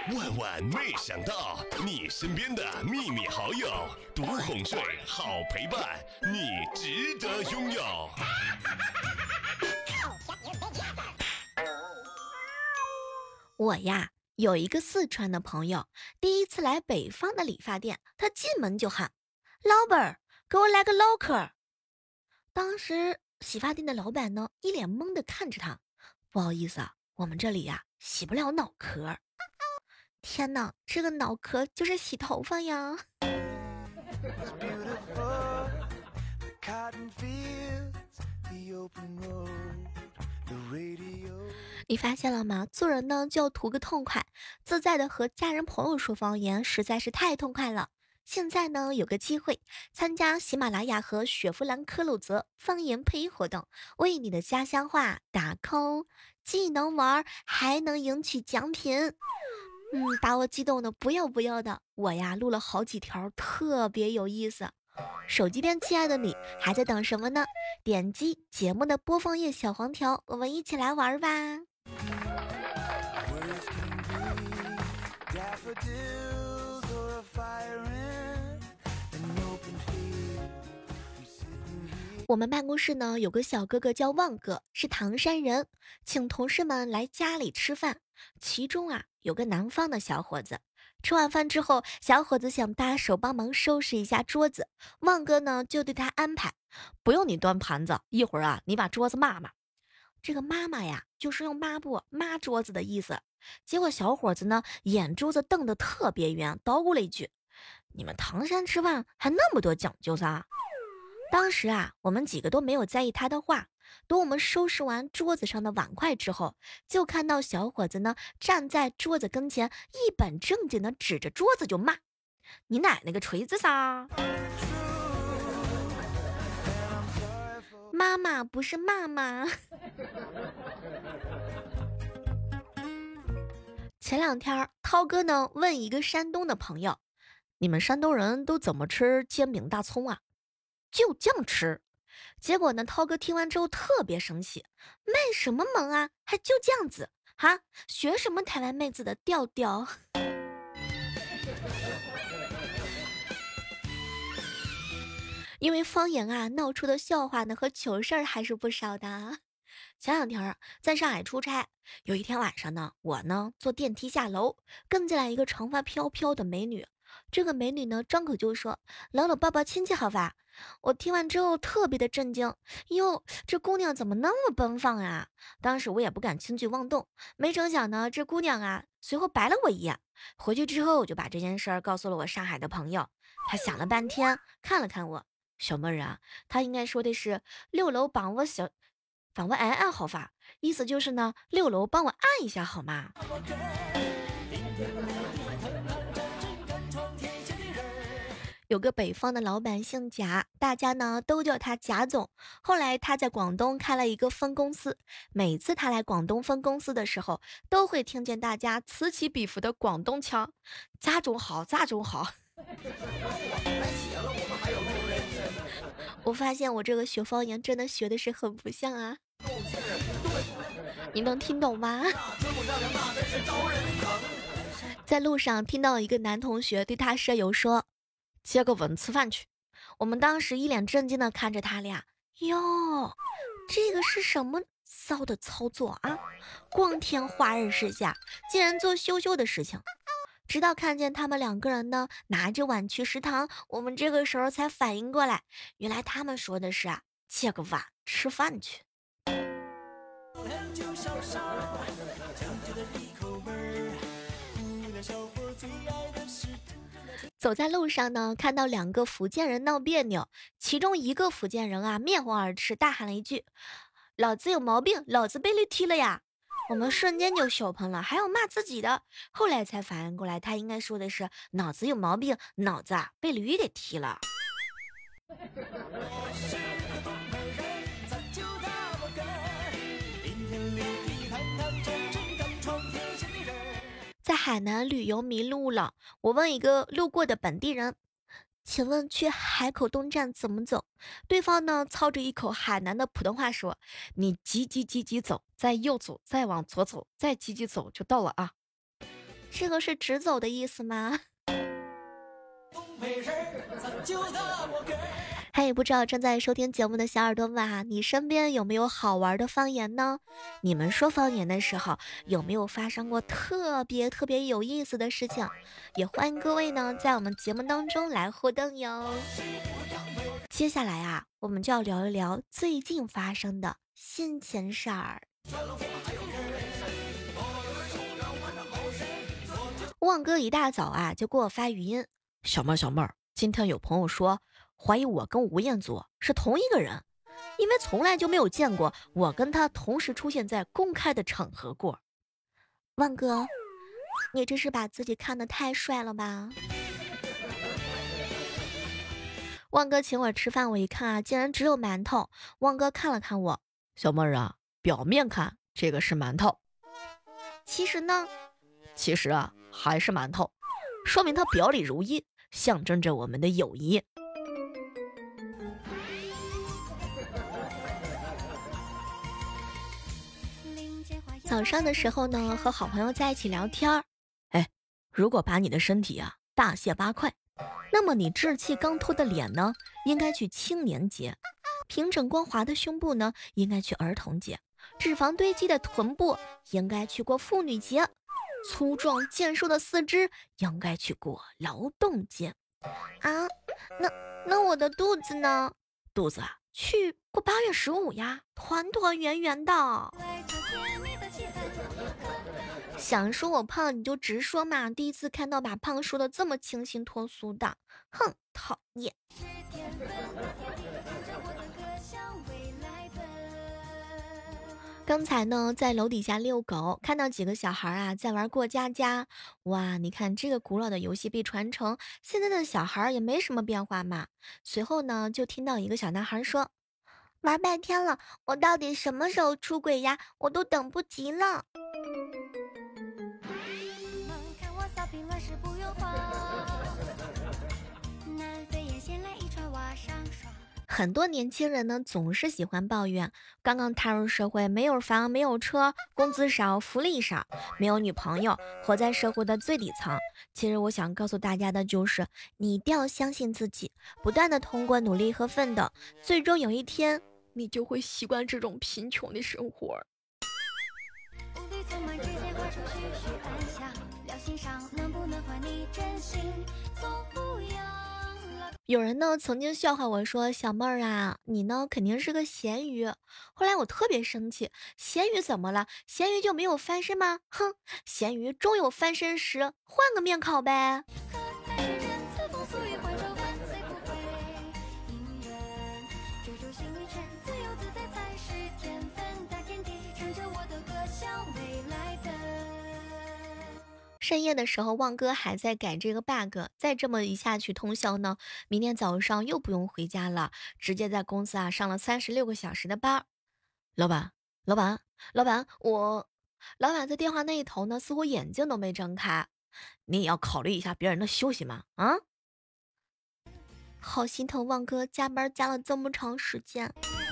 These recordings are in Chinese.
万万没想到，你身边的秘密好友，独哄睡，好陪伴，你值得拥有。 我呀，有一个四川的朋友，第一次来北方的理发店，他进门就喊：老板儿，给我来个脑壳儿。当时洗发店的老板呢，一脸懵的看着他，不好意思啊，我们这里呀，洗不了脑壳儿。天哪，这个脑壳就是洗头发呀！你发现了吗？做人呢就要图个痛快，自在的和家人朋友说方言实在是太痛快了。现在呢有个机会，参加喜马拉雅和雪佛兰科鲁泽方言配音活动，为你的家乡话打 call，既能玩还能赢取奖品。把我激动的不要不要的。我呀录了好几条，特别有意思。手机边亲爱的你还在等什么呢？点击节目的播放页小黄条，我们一起来玩吧。我们办公室呢有个小哥哥叫旺哥，是唐山人，请同事们来家里吃饭。其中啊有个南方的小伙子，吃完饭之后，小伙子想搭手帮忙收拾一下桌子，旺哥呢就对他安排，不用你端盘子，一会儿啊你把桌子抹抹。这个妈妈呀，就是用抹布抹桌子的意思。结果小伙子呢眼珠子瞪得特别圆，叨咕了一句：你们唐山吃饭还那么多讲究噻。当时啊，我们几个都没有在意他的话。等我们收拾完桌子上的碗筷之后，就看到小伙子呢站在桌子跟前，一本正经的指着桌子就骂：你奶奶个锤子仨！妈妈不是骂妈。前两天涛哥呢问一个山东的朋友：你们山东人都怎么吃煎饼大葱啊？就这样吃。结果呢，涛哥听完之后特别生气，卖什么萌啊，还就这样子哈，学什么台湾妹子的调调。因为方言啊闹出的笑话呢和糗事儿还是不少的。前两天啊，在上海出差，有一天晚上呢，我呢坐电梯下楼，跟进来一个长发飘飘的美女。这个美女呢张口就说：搂搂抱抱亲戚好吧。我听完之后特别的震惊，哟，这姑娘怎么那么奔放啊？当时我也不敢轻举妄动，没成想呢，这姑娘啊随后白了我一眼。回去之后我就把这件事儿告诉了我上海的朋友，他想了半天，看了看我，小妹儿啊，他应该说的是六楼帮我按好法，意思就是呢，六楼帮我按一下好吗？有个北方的老板姓贾，大家呢都叫他贾总。后来他在广东开了一个分公司，每次他来广东分公司的时候，都会听见大家此起彼伏的广东腔。贾总好，贾总好。我发现我这个学方言真的学的是很不像啊，你能听懂吗？在路上听到一个男同学对他舍友说：接个吻吃饭去。我们当时一脸震惊的看着他俩，哟，这个是什么骚的操作啊？光天化日之下竟然做羞羞的事情。直到看见他们两个人呢拿着碗去食堂，我们这个时候才反应过来，原来他们说的是啊，借个碗吃饭去。走在路上呢，看到两个福建人闹别扭，其中一个福建人啊面红耳赤，大喊了一句：老子有毛病，老子被驴踢了呀！我们瞬间就羞喷了，还要骂自己的。后来才反应过来，他应该说的是脑子有毛病，脑子啊被驴给踢了。在海南旅游迷路了，我问一个路过的本地人：请问去海口东站怎么走？对方呢操着一口海南的普通话说：你急急走，再右走，再往左走，再急急走就到了啊。 这个是直走的意思吗？嘿，不知道正在收听节目的小耳朵们啊，你身边有没有好玩的方言呢？你们说方言的时候，有没有发生过特别有意思的事情？也欢迎各位呢，在我们节目当中来互动哟。接下来啊，我们就要聊一聊最近发生的新鲜事儿。旺哥一大早啊就给我发语音，小妹儿，今天有朋友说怀疑我跟吴彦祖是同一个人，因为从来就没有见过我跟他同时出现在公开的场合过。旺哥，你这是把自己看得太帅了吧？旺哥请我吃饭，我一看啊，竟然只有馒头。旺哥看了看我，小妹儿啊，表面看这个是馒头，其实呢，还是馒头，说明他表里如一，象征着我们的友谊。早上的时候呢，和好朋友在一起聊天儿，如果把你的身体啊大卸8块，那么你稚气刚脱的脸呢，应该去青年节；平整光滑的胸部呢，应该去儿童节；脂肪堆积的臀部应该去过妇女节；粗壮健硕的四肢应该去过劳动节。啊，那我的肚子呢？肚子啊，去过8月15呀，团团圆圆的。想说我胖你就直说嘛，第一次看到把胖说的这么清新脱俗的，哼，讨厌。刚才呢在楼底下遛狗，看到几个小孩啊在玩过家家。哇，你看这个古老的游戏被传承，现在的小孩也没什么变化嘛。随后呢就听到一个小男孩说，玩半天了，我到底什么时候出轨呀？我都等不及了。很多年轻人呢总是喜欢抱怨，刚刚踏入社会，没有房没有车，工资少福利少，没有女朋友，活在社会的最底层。其实我想告诉大家的就是，你一定要相信自己，不断的通过努力和奋斗，最终有一天你就会习惯这种贫穷的生活。有人呢曾经笑话我说，小妹儿啊，你呢肯定是个咸鱼。后来我特别生气，咸鱼怎么了？咸鱼就没有翻身吗？哼，咸鱼终有翻身时，换个面烤呗。深夜的时候，旺哥还在改这个 bug， 再这么一下去通宵呢，明天早上又不用回家了，直接在公司啊上了36个小时的班。老板，老板，老板，老板在电话那一头呢，似乎眼睛都没睁开。你也要考虑一下别人的休息嘛，啊！好心疼旺哥加班加了这么长时间。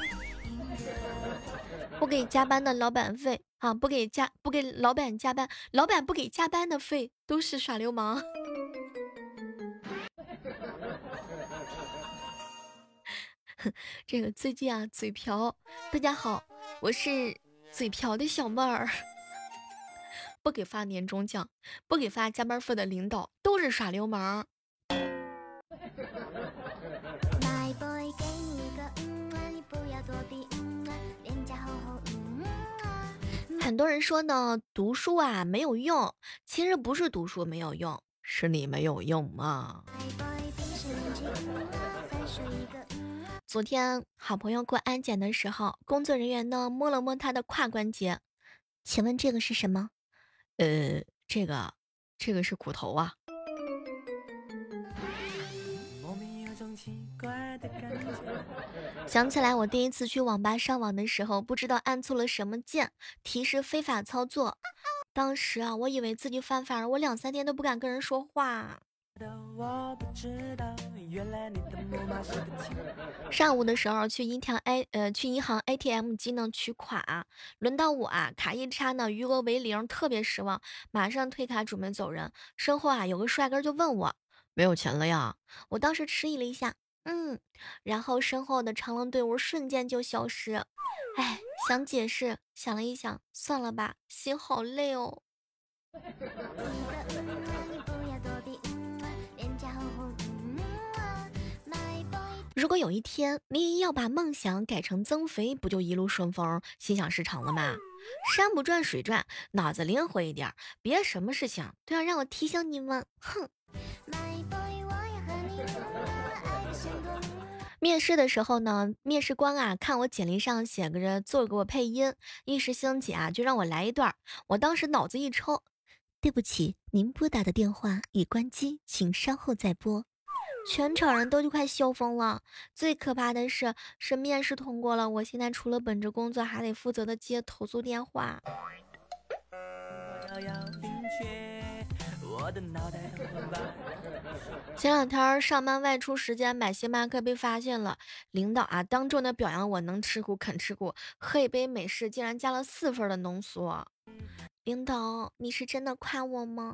不给加班的老板费啊，不给老板加班，老板不给加班的费都是耍流氓。这个最近啊嘴瓢，大家好，我是嘴瓢的小妹儿。不给发年终奖，不给发加班费的领导都是耍流氓。很多人说呢，读书啊没有用，其实不是读书没有用，是你没有用嘛。昨天好朋友过安检的时候，工作人员呢摸了摸他的胯关节，请问这个是什么？这个是骨头啊。想起来我第一次去网吧上网的时候，不知道按错了什么键，提示非法操作。当时啊，我以为自己犯法了，我2、3天都不敢跟人说话。 上午的时候去银行 ATM 机呢取款，轮到我啊，卡一插呢，余额为零，特别失望，马上退卡准备走人。身后啊有个帅哥就问我没有钱了呀？我当时迟疑了一下，然后身后的长龙队伍瞬间就消失。哎，想解释，想了一想，算了吧，心好累哦。如果有一天你要把梦想改成增肥，不就一路顺风，心想事成了吗？山不转水转，脑子灵活一点，别什么事情都要让我提醒你们。哼！面试的时候呢，面试官啊看我简历上写着做给我配音，一时兴起啊就让我来一段。我当时脑子一抽，对不起，您拨打的电话已关机，请稍后再拨。全场人都快笑疯了。最可怕的是面试通过了，我现在除了本职工作，还得负责的接投诉电话。前两天上班外出时间买星巴克被发现了，领导啊当众的表扬我能吃苦肯吃苦，喝一杯美式竟然加了4份的浓缩。领导，你是真的夸我吗？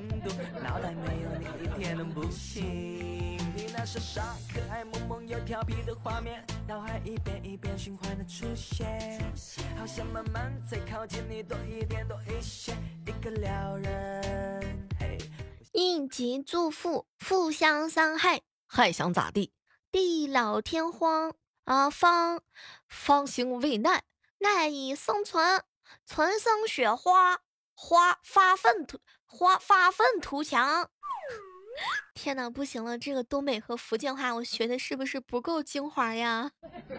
那是傻可爱萌萌又调皮的画面，脑海一遍一遍循环的出现，好想慢慢再靠近你多一点多一些，一个了人。应急祝福，互相伤害，还想咋地？地老天荒啊，方兴未艾，赖以生存，存生雪花，花发愤图强。天哪，不行了，这个东北和福建话我学的是不是不够精华呀？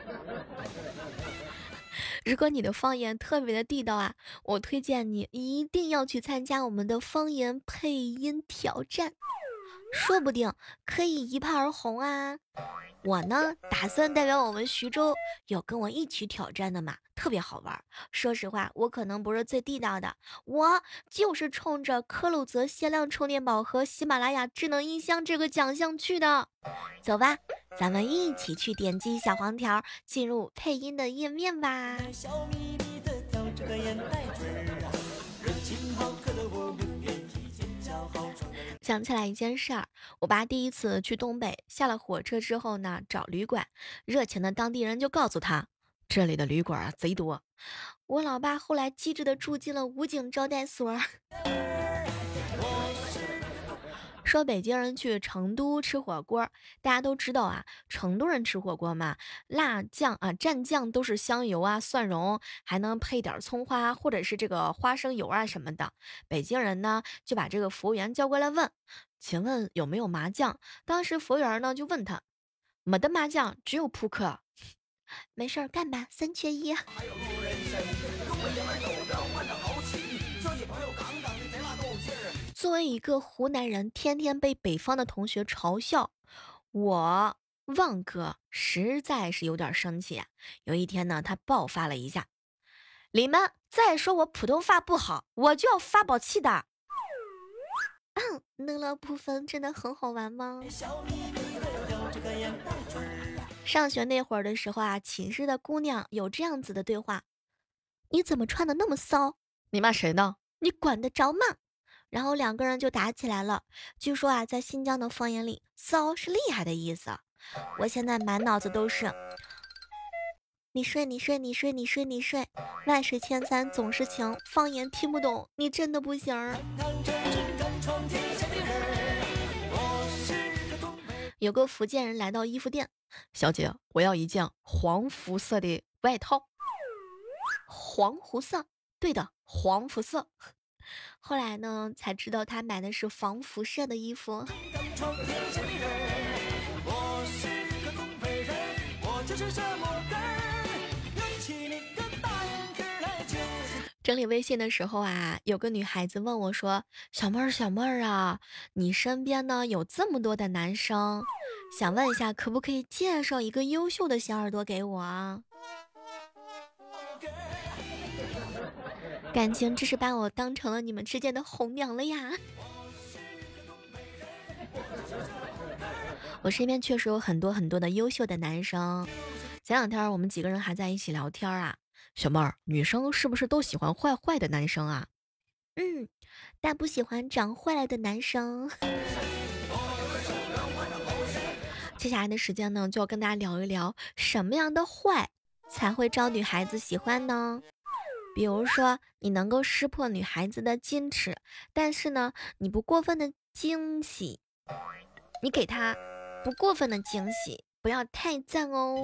如果你的方言特别的地道啊，我推荐你一定要去参加我们的方言配音挑战，说不定可以一炮而红啊！我呢，打算代表我们徐州有跟我一起挑战的嘛，特别好玩。说实话，我可能不是最地道的，我就是冲着科鲁泽限量充电宝和喜马拉雅智能音箱这个奖项去的。走吧，咱们一起去点击小黄条，进入配音的页面吧。笑眯眯的叼着个烟袋嘴啊，热情好客的我们愿意见交好处。想起来一件事儿，我爸第一次去东北，下了火车之后呢，找旅馆，热情的当地人就告诉他，这里的旅馆啊贼多。我老爸后来机智的住进了武警招待所。说北京人去成都吃火锅，大家都知道啊，成都人吃火锅嘛，辣酱啊、蘸酱都是香油啊、蒜蓉，还能配点葱花或者是这个花生油啊什么的。北京人呢就把这个服务员叫过来问，请问有没有麻酱？当时服务员呢就问他，没得麻酱，只有扑克。没事儿干吧，3缺1。作为一个湖南人，天天被北方的同学嘲笑，我旺哥实在是有点生气啊。有一天呢，他爆发了一下，你们再说我普通话不好，我就要发宝气的。乐乐部分真的很好玩吗？上学那会儿的时候啊，寝室的姑娘有这样子的对话，你怎么穿的那么骚？你骂谁呢？你管得着吗？然后2个人就打起来了。据说啊，在新疆的方言里，骚是厉害的意思。我现在满脑子都是你睡，万水千山总是情，方言听不懂，你真的不行。有个福建人来到衣服店，小姐，我要一件黄肤色的外套。黄湖色，对的，黄肤色。后来呢，才知道他买的是防辐射的衣服。整理微信的时候啊，有个女孩子问我说，小妹儿啊，你身边呢有这么多的男生，想问一下可不可以介绍一个优秀的小耳朵给我啊？感情只是把我当成了你们之间的红娘了呀。 我身边确实有很多很多的优秀的男生。前两天我们几个人还在一起聊天啊，小妹儿，女生是不是都喜欢坏坏的男生啊？但不喜欢长坏了的男生。接下来的时间呢，就要跟大家聊一聊什么样的坏才会招女孩子喜欢呢？比如说，你能够识破女孩子的矜持，但是呢，你不过分的惊喜，你给她不过分的惊喜，不要太赞哦。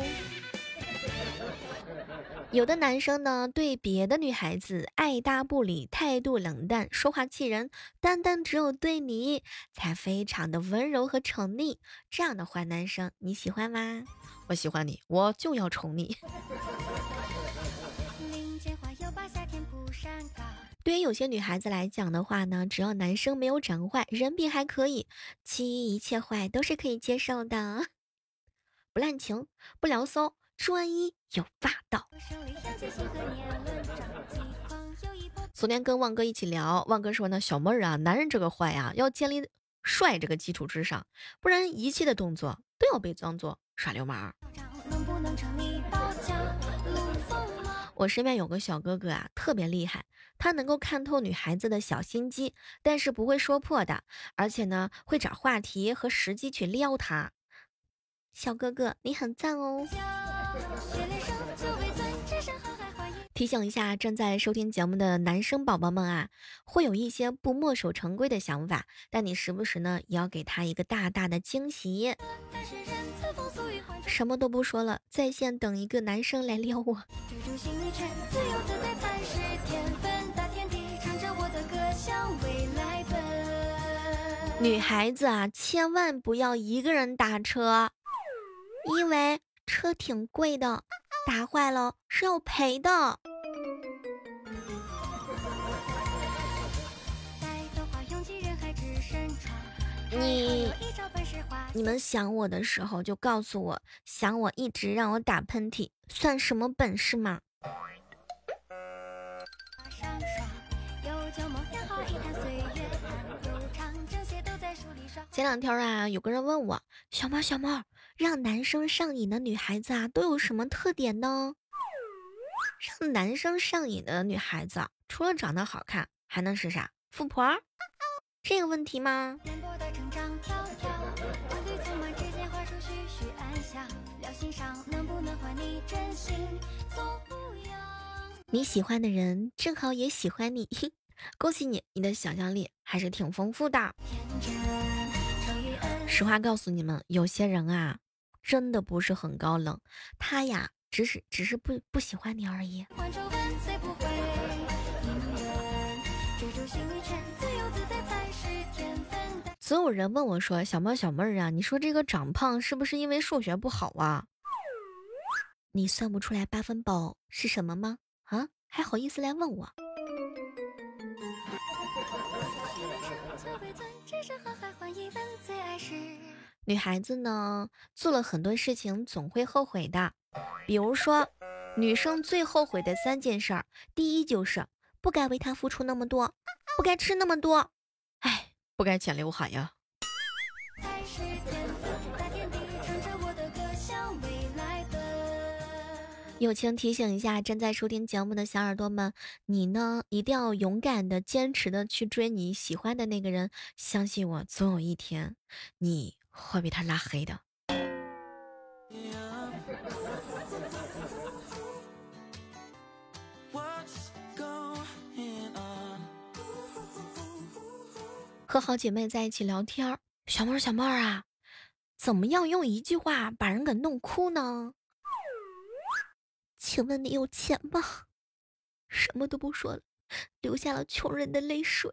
有的男生呢，对别的女孩子爱搭不理，态度冷淡，说话气人，单单只有对你才非常的温柔和宠溺。这样的坏男生，你喜欢吗？我喜欢你，我就要宠你。对于有些女孩子来讲的话呢，只要男生没有长坏，人品还可以，其余一切坏都是可以接受的。不滥情，不聊骚，专一又霸道。昨天跟旺哥一起聊，旺哥说呢，小妹儿啊，男人这个坏啊，要建立帅这个基础之上，不然一切的动作都要被当作耍流氓。我身边有个小哥哥啊，特别厉害，他能够看透女孩子的小心机，但是不会说破的，而且呢，会找话题和时机去撩她。小哥哥，你很赞哦。提醒一下正在收听节目的男生宝宝们啊，会有一些不墨守成规的想法，但你时不时呢也要给他一个大大的惊喜。什么都不说了，在线等一个男生来撩我。女孩子啊，千万不要一个人打车，因为车挺贵的，打坏了是要赔的。你们想我的时候就告诉我，想我一直让我打喷嚏，算什么本事嘛？前两天啊，有个人问我，小猫，让男生上瘾的女孩子啊，都有什么特点呢？让男生上瘾的女孩子，除了长得好看，还能是啥？富婆？这个问题吗？你喜欢的人正好也喜欢你，恭喜你，你的想象力还是挺丰富的。实话告诉你们，有些人啊，真的不是很高冷，他呀，只是不喜欢你而已。总有人问我说，小妹儿啊，你说这个长胖是不是因为数学不好啊？你算不出来8分饱是什么吗？啊，还好意思来问我？女孩子呢，做了很多事情总会后悔的，比如说，女生最后悔的3件事儿，第一就是不该为他付出那么多，不该吃那么多，哎，不该剪刘海呀。友情提醒一下正在收听节目的小耳朵们，你呢一定要勇敢的坚持的去追你喜欢的那个人，相信我，总有一天你会被他拉黑的。和好姐妹在一起聊天，小妹儿啊，怎么样用一句话把人给弄哭呢？请问你有钱吗？什么都不说了，流下了穷人的泪水。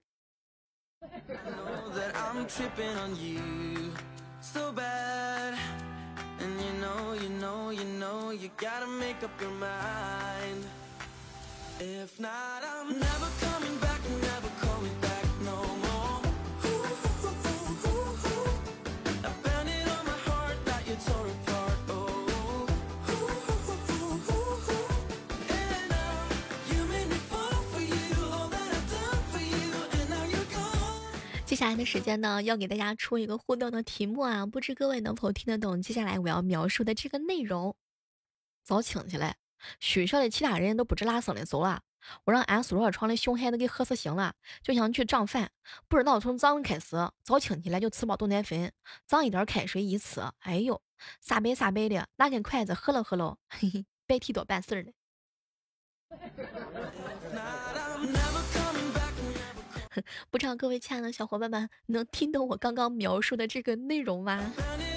接下来的时间呢，要给大家出一个互动的题目啊，不知各位能否听得懂接下来我要描述的这个内容。早请起来，学校的其他人都不知拉僧的走了，我让俺宿舍床的熊孩子给喝死醒了，就想去涨饭，不知道从早上开始，早请起来就吃饱豆奶粉，涨一点开水一吃，哎呦，撒白撒白的，拿根筷子喝了喝了，嘿嘿，白提多办事儿的。不知道各位亲爱的小伙伴们能听懂我刚刚描述的这个内容吗？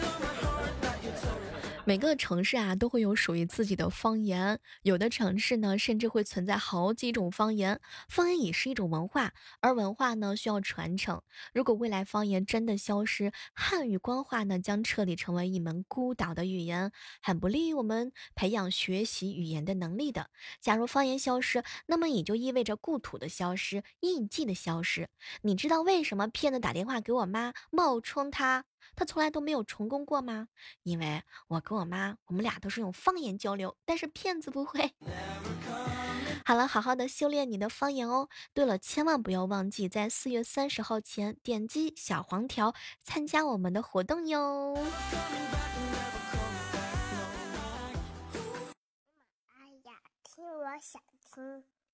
每个城市啊都会有属于自己的方言，有的城市呢甚至会存在好几种方言。方言也是一种文化，而文化呢需要传承。如果未来方言真的消失，汉语官话呢将彻底成为一门孤岛的语言，很不利于我们培养学习语言的能力的。假如方言消失，那么也就意味着故土的消失，印记的消失。你知道为什么骗子打电话给我妈冒充他从来都没有成功过吗？因为我跟我妈，我们俩都是用方言交流，但是骗子不会。好了，好好的修炼你的方言哦。对了，千万不要忘记在4月30号前点击小黄条参加我们的活动哟。 哎呀，听我想听。